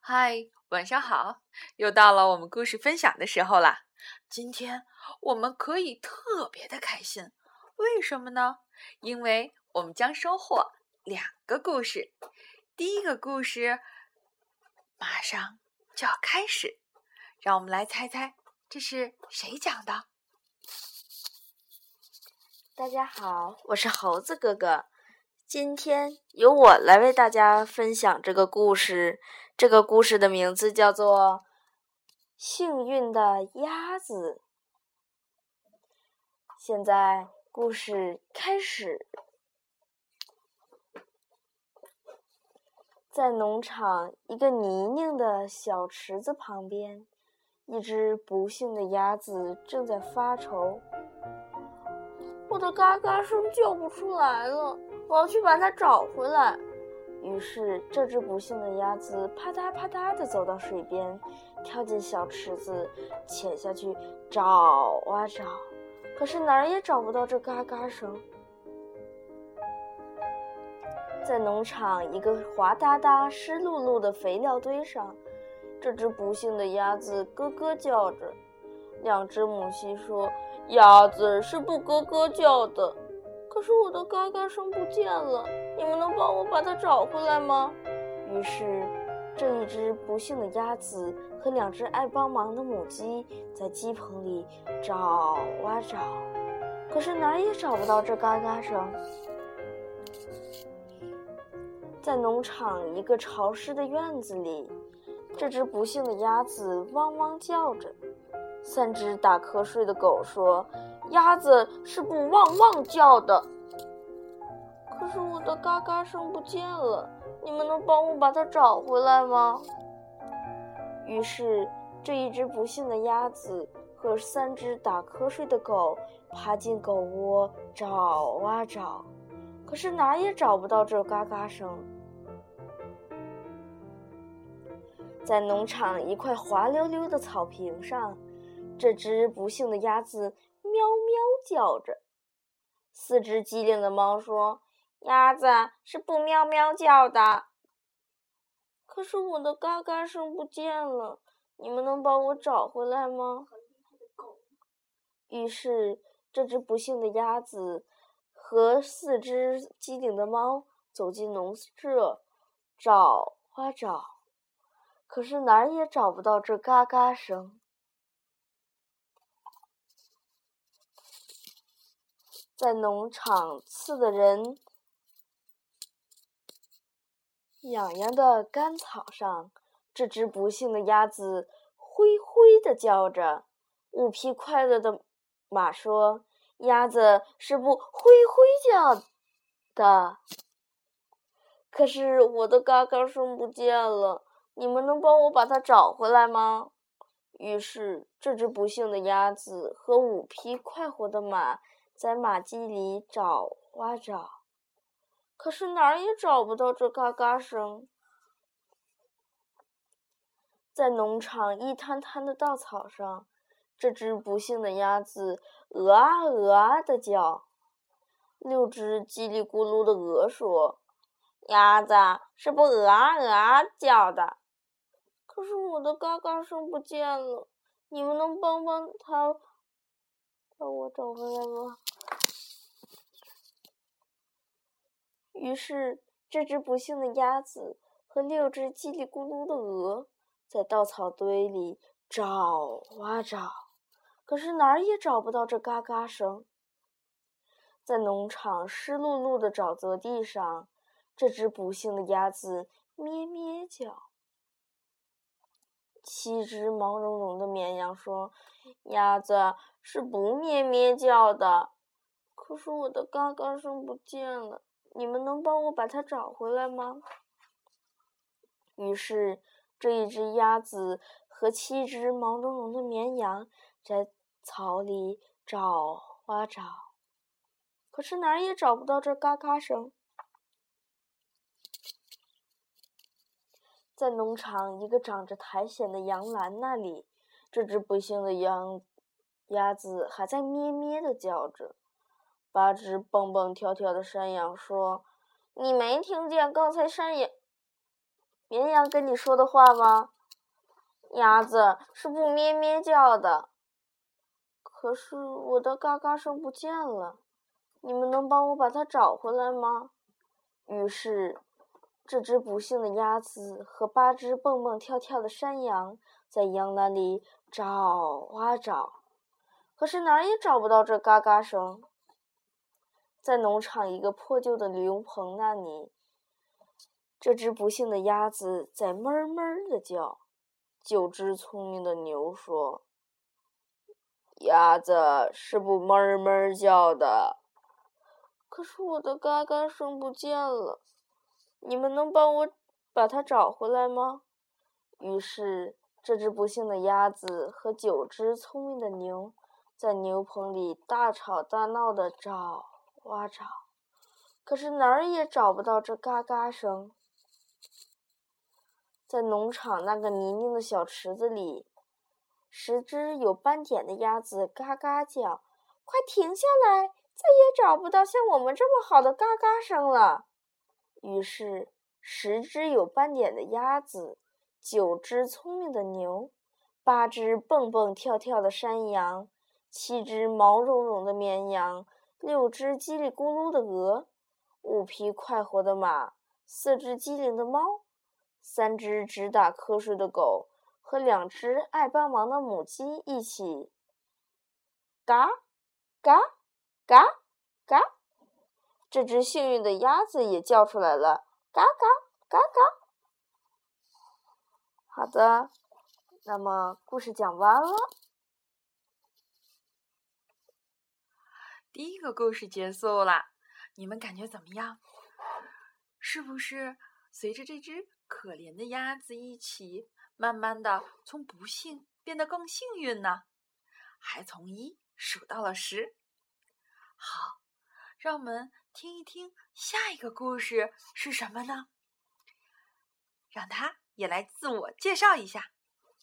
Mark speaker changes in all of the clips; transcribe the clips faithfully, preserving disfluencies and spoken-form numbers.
Speaker 1: 嗨，晚上好！又到了我们故事分享的时候啦。今天我们可以特别的开心，为什么呢？因为我们将收获两个故事。第一个故事马上就要开始，让我们来猜猜这是谁讲的。
Speaker 2: 大家好，我是猴子哥哥。今天由我来为大家分享这个故事。这个故事的名字叫做《幸运的鸭子》。现在故事开始。在农场一个泥泞的小池子旁边，一只不幸的鸭子正在发愁。我的嘎嘎声叫不出来了，我要去把它找回来。于是这只不幸的鸭子啪嗒啪嗒地走到水边，跳进小池子，潜下去找啊找，可是哪儿也找不到这嘎嘎声。在农场一个滑哒哒湿漉漉的肥料堆上，这只不幸的鸭子咯咯叫着。两只母鸡说，鸭子是不咯咯叫的，可是我的嘎嘎声不见了，你们能帮我把它找回来吗？于是这一只不幸的鸭子和两只爱帮忙的母鸡在鸡棚里找啊找，可是哪儿也找不到这嘎嘎声。在农场一个潮湿的院子里，这只不幸的鸭子汪汪叫着。三只打瞌睡的狗说，鸭子是不汪汪叫的，可是我的嘎嘎声不见了，你们能帮我把它找回来吗？于是这一只不幸的鸭子和三只打瞌睡的狗爬进狗窝找啊找，可是哪儿也找不到这嘎嘎声。在农场一块滑溜溜的草坪上，这只不幸的鸭子喵喵叫着。四只机灵的猫说，鸭子是不喵喵叫的，可是我的嘎嘎声不见了，你们能帮我找回来吗？于是这只不幸的鸭子和四只机灵的猫走进农舍，找啊找，可是哪儿也找不到这嘎嘎声。在农场刺的人痒痒的干草上，这只不幸的鸭子灰灰地叫着。五匹快乐的马说，鸭子是不灰灰叫的，可是我的嘎嘎声不见了，你们能帮我把它找回来吗？于是这只不幸的鸭子和五匹快活的马在马厩里找啊找，可是哪儿也找不到这嘎嘎声。在农场一滩滩的稻草上，这只不幸的鸭子鹅啊鹅啊地叫。六只叽里咕噜的鹅说，鸭子是不鹅啊鹅啊叫的，可是我的嘎嘎声不见了，你们能帮帮它把我找回来吗？于是这只不幸的鸭子和六只叽里咕噜的鹅在稻草堆里找啊找，可是哪儿也找不到这嘎嘎声。在农场湿漉漉的沼泽地上，这只不幸的鸭子咩咩叫。七只毛茸茸的绵羊说，鸭子是不咩咩叫的，可是我的嘎嘎声不见了，你们能帮我把它找回来吗？于是这一只鸭子和七只毛茸茸的绵羊在草里找啊找，可是哪儿也找不到这嘎嘎声。在农场一个长着苔藓的羊栏那里，这只不幸的羊鸭子还在咩咩地叫着。八只蹦蹦跳跳的山羊说，你没听见刚才山羊绵羊跟你说的话吗？鸭子是不咩咩叫的。可是我的嘎嘎声不见了，你们能帮我把它找回来吗？于是，这只不幸的鸭子和八只蹦蹦跳跳的山羊在羊栏里找啊找，可是哪儿也找不到这嘎嘎声。在农场一个破旧的牛棚那里，这只不幸的鸭子在闷闷地叫。九只聪明的牛说：“鸭子是不闷闷叫的。可是我的嘎嘎声不见了，你们能帮我把它找回来吗？”于是，这只不幸的鸭子和九只聪明的牛在牛棚里大吵大闹地找啊找，可是哪儿也找不到这嘎嘎声。在农场那个泥泞的小池子里，十只有斑点的鸭子嘎嘎叫：“快停下来，再也找不到像我们这么好的嘎嘎声了。”于是，十只有斑点的鸭子，九只聪明的牛，八只蹦蹦跳跳的山羊，七只毛茸茸的绵羊，六只叽里咕噜的鹅，五匹快活的马，四只机灵的猫，三只只打瞌睡的狗和两只爱帮忙的母鸡一起嘎嘎嘎嘎。这只幸运的鸭子也叫出来了，嘎嘎嘎嘎。好的，那么故事讲完了。
Speaker 1: 第一个故事结束了，你们感觉怎么样？是不是随着这只可怜的鸭子一起，慢慢的从不幸变得更幸运呢？还从一数到了十。好，让我们听一听下一个故事是什么呢？让他也来自我介绍一下。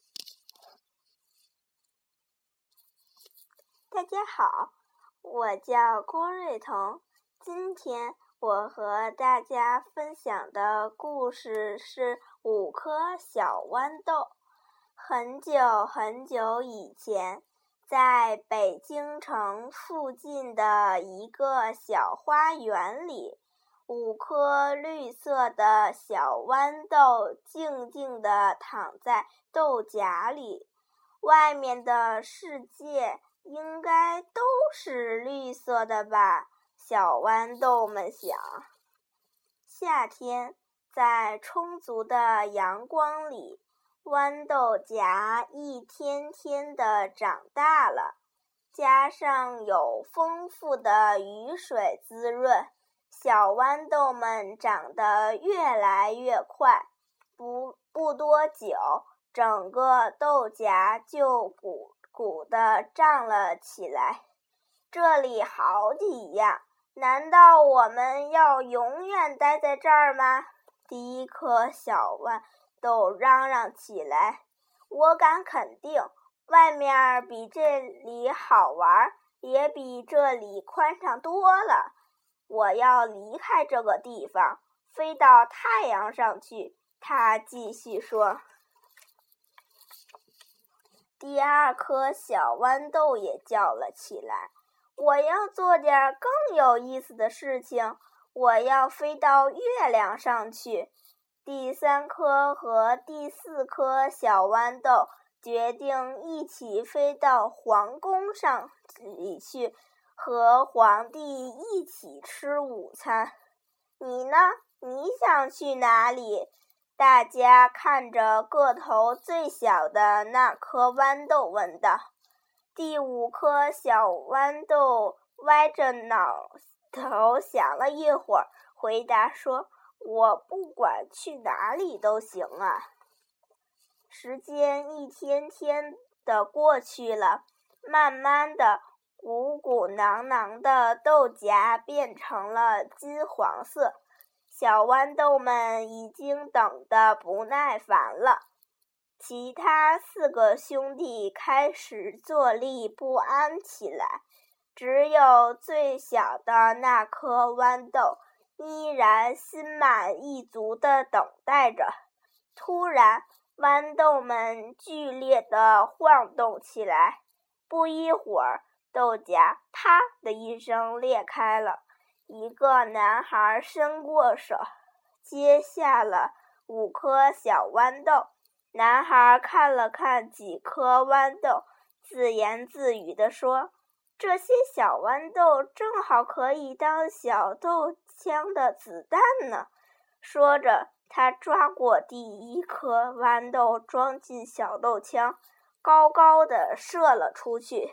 Speaker 3: 大家好，我叫郭瑞彤，今天我和大家分享的故事是五颗小豌豆。很久很久以前，在北京城附近的一个小花园里，五颗绿色的小豌豆静静地躺在豆荚里，外面的世界应该都是绿色的吧？小豌豆们想。夏天，在充足的阳光里，豌豆荚一天天地长大了，加上有丰富的雨水滋润，小豌豆们长得越来越快。不不多久，整个豆荚就鼓鼓地胀了起来。这里好挤呀！难道我们要永远待在这儿吗？第一颗小豌豆嚷嚷起来。我敢肯定，外面比这里好玩，也比这里宽敞多了。我要离开这个地方，飞到太阳上去。他继续说。第二颗小豌豆也叫了起来。我要做点更有意思的事情，我要飞到月亮上去。第三颗和第四颗小豌豆决定一起飞到皇宫上里去，和皇帝一起吃午餐。你呢？你想去哪里？大家看着个头最小的那颗豌豆问道。第五颗小豌豆歪着脑头想了一会儿，回答说：“我不管去哪里都行啊。”时间一天天的过去了，慢慢的，鼓鼓囊囊的豆荚变成了金黄色。小豌豆们已经等得不耐烦了。其他四个兄弟开始坐立不安起来，只有最小的那颗豌豆依然心满意足地等待着。 突然，豌豆们剧烈地晃动起来，不一会儿，豆荚啪的一声裂开了。一个男孩伸过手，接下了五颗小豌豆。男孩看了看几颗豌豆，自言自语地说：“这些小豌豆正好可以当小豆枪的子弹呢。”说着，他抓过第一颗豌豆，装进小豆枪，高高的射了出去。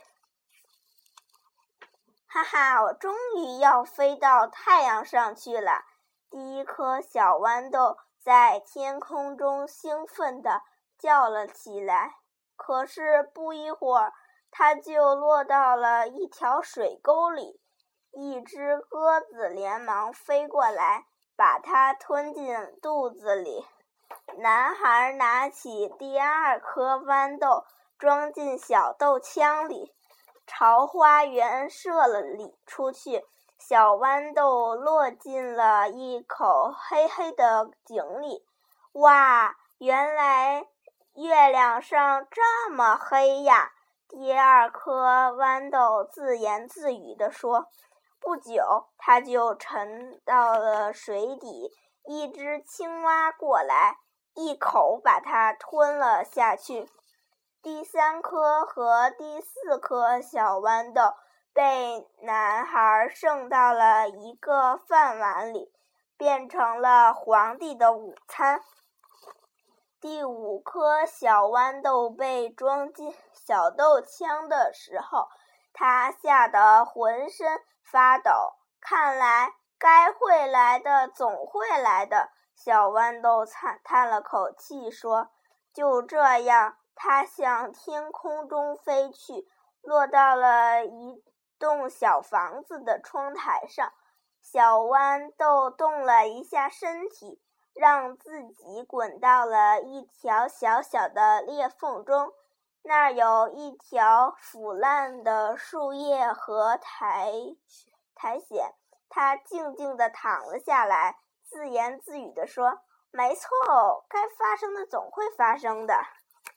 Speaker 3: 哈哈，我终于要飞到太阳上去了！第一颗小豌豆在天空中兴奋地叫了起来。可是不一会儿，它就落到了一条水沟里。一只鸽子连忙飞过来，把它吞进肚子里。男孩拿起第二颗豌豆，装进小豆枪里，朝花园射了里出去。小豌豆落进了一口黑黑的井里。哇，原来月亮上这么黑呀！第二颗豌豆自言自语地说。不久，它就沉到了水底。一只青蛙过来，一口把它吞了下去。第三颗和第四颗小豌豆被男孩盛到了一个饭碗里，变成了皇帝的午餐。第五颗小豌豆被装进小豆枪的时候，他吓得浑身发抖。看来该会来的总会来的，小豌豆叹叹了口气说。就这样，它向天空中飞去，落到了一栋小房子的窗台上。小豌豆动了一下身体，让自己滚到了一条小小的裂缝中。那儿有一条腐烂的树叶和苔苔藓。它静静地躺了下来，自言自语地说：“没错，该发生的总会发生的。”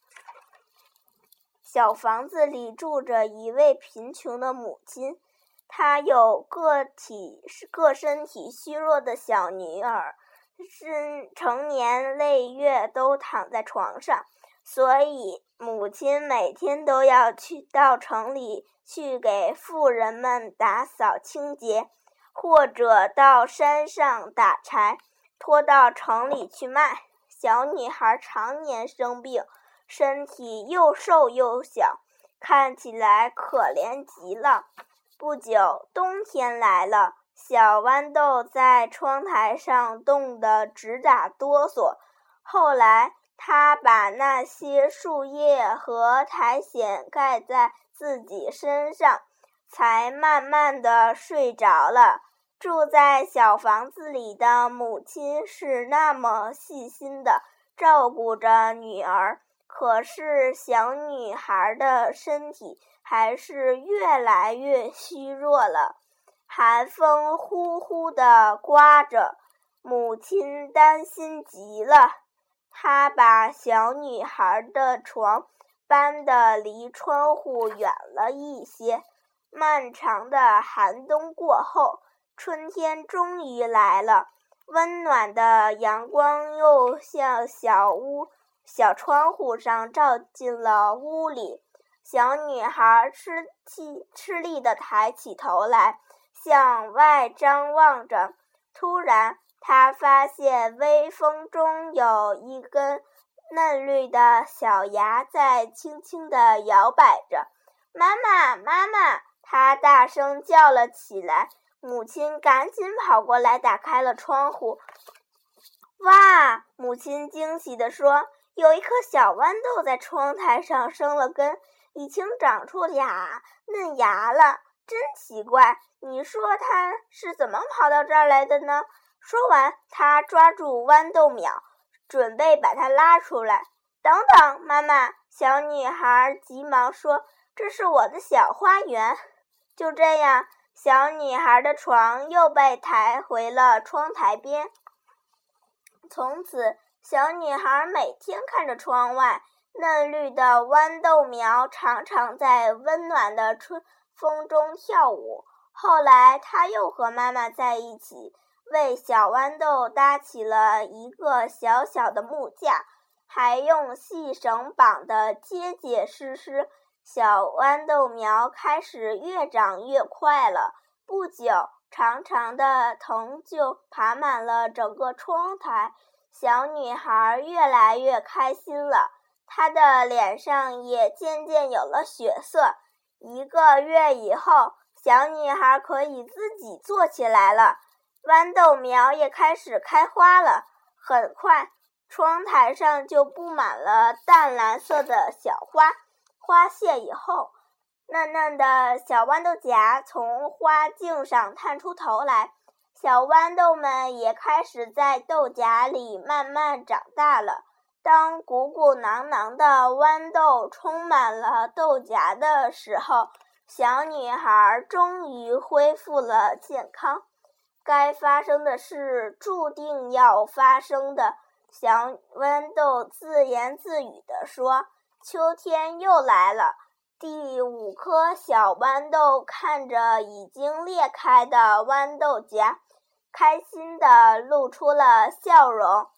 Speaker 3: 小房子里住着一位贫穷的母亲，她有个体个身体虚弱的小女儿，是成年累月都躺在床上，所以母亲每天都要去到城里去给富人们打扫清洁，或者到山上打柴，拖到城里去卖。小女孩常年生病，身体又瘦又小，看起来可怜极了。不久，冬天来了，小豌豆在窗台上冻得直打哆嗦。后来，她把那些树叶和苔藓盖在自己身上，才慢慢地睡着了。住在小房子里的母亲是那么细心地照顾着女儿，可是小女孩的身体还是越来越虚弱了。寒风呼呼地刮着，母亲担心极了。她把小女孩的床搬得离窗户远了一些。漫长的寒冬过后，春天终于来了，温暖的阳光又向小屋、小窗户上照进了屋里。小女孩吃气吃力地抬起头来，向外张望着。突然，她发现微风中有一根嫩绿的小芽在轻轻地摇摆着。妈妈，妈妈！她大声叫了起来。母亲赶紧跑过来，打开了窗户。哇！母亲惊喜地说，有一颗小豌豆在窗台上生了根，已经长出俩嫩芽了，真奇怪！你说它是怎么跑到这儿来的呢？说完，她抓住豌豆苗，准备把它拉出来。等等，妈妈！小女孩急忙说，这是我的小花园。就这样，小女孩的床又被抬回了窗台边。从此， 小女孩每天看着窗外，嫩绿的豌豆苗常常在温暖的春风中跳舞。后来，她又和妈妈在一起，为小豌豆搭起了一个小小的木架，还用细绳绑得结结实实。小豌豆苗开始越长越快了，不久，长长的藤就爬满了整个窗台。小女孩越来越开心了，她的脸上也渐渐有了血色。一个月以后，小女孩可以自己坐起来了，豌豆苗也开始开花了。很快，窗台上就布满了淡蓝色的小花。花谢以后，嫩嫩的小豌豆荚从花茎上探出头来，小豌豆们也开始在豆荚里慢慢长大了。当鼓鼓囊囊的豌豆充满了豆荚的时候，小女孩终于恢复了健康。该发生的事注定要发生的，小豌豆自言自语地说。秋天又来了，第五颗小豌豆看着已经裂开的豌豆荚，开心地露出了笑容。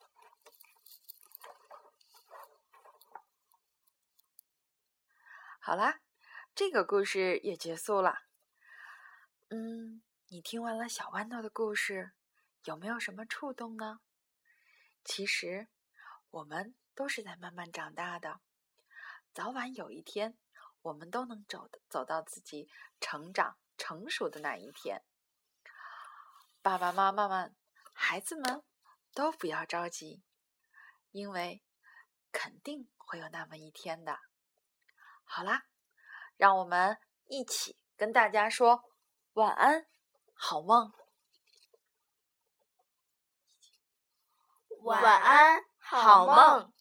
Speaker 1: 好啦，这个故事也结束了。嗯，你听完了小豌豆的故事，有没有什么触动呢？其实，我们都是在慢慢长大的。早晚有一天，我们都能走走到自己成长成熟的那一天。爸爸妈妈们，孩子们都不要着急，因为肯定会有那么一天的。好啦，让我们一起跟大家说晚安，好梦。
Speaker 3: 晚安，好梦。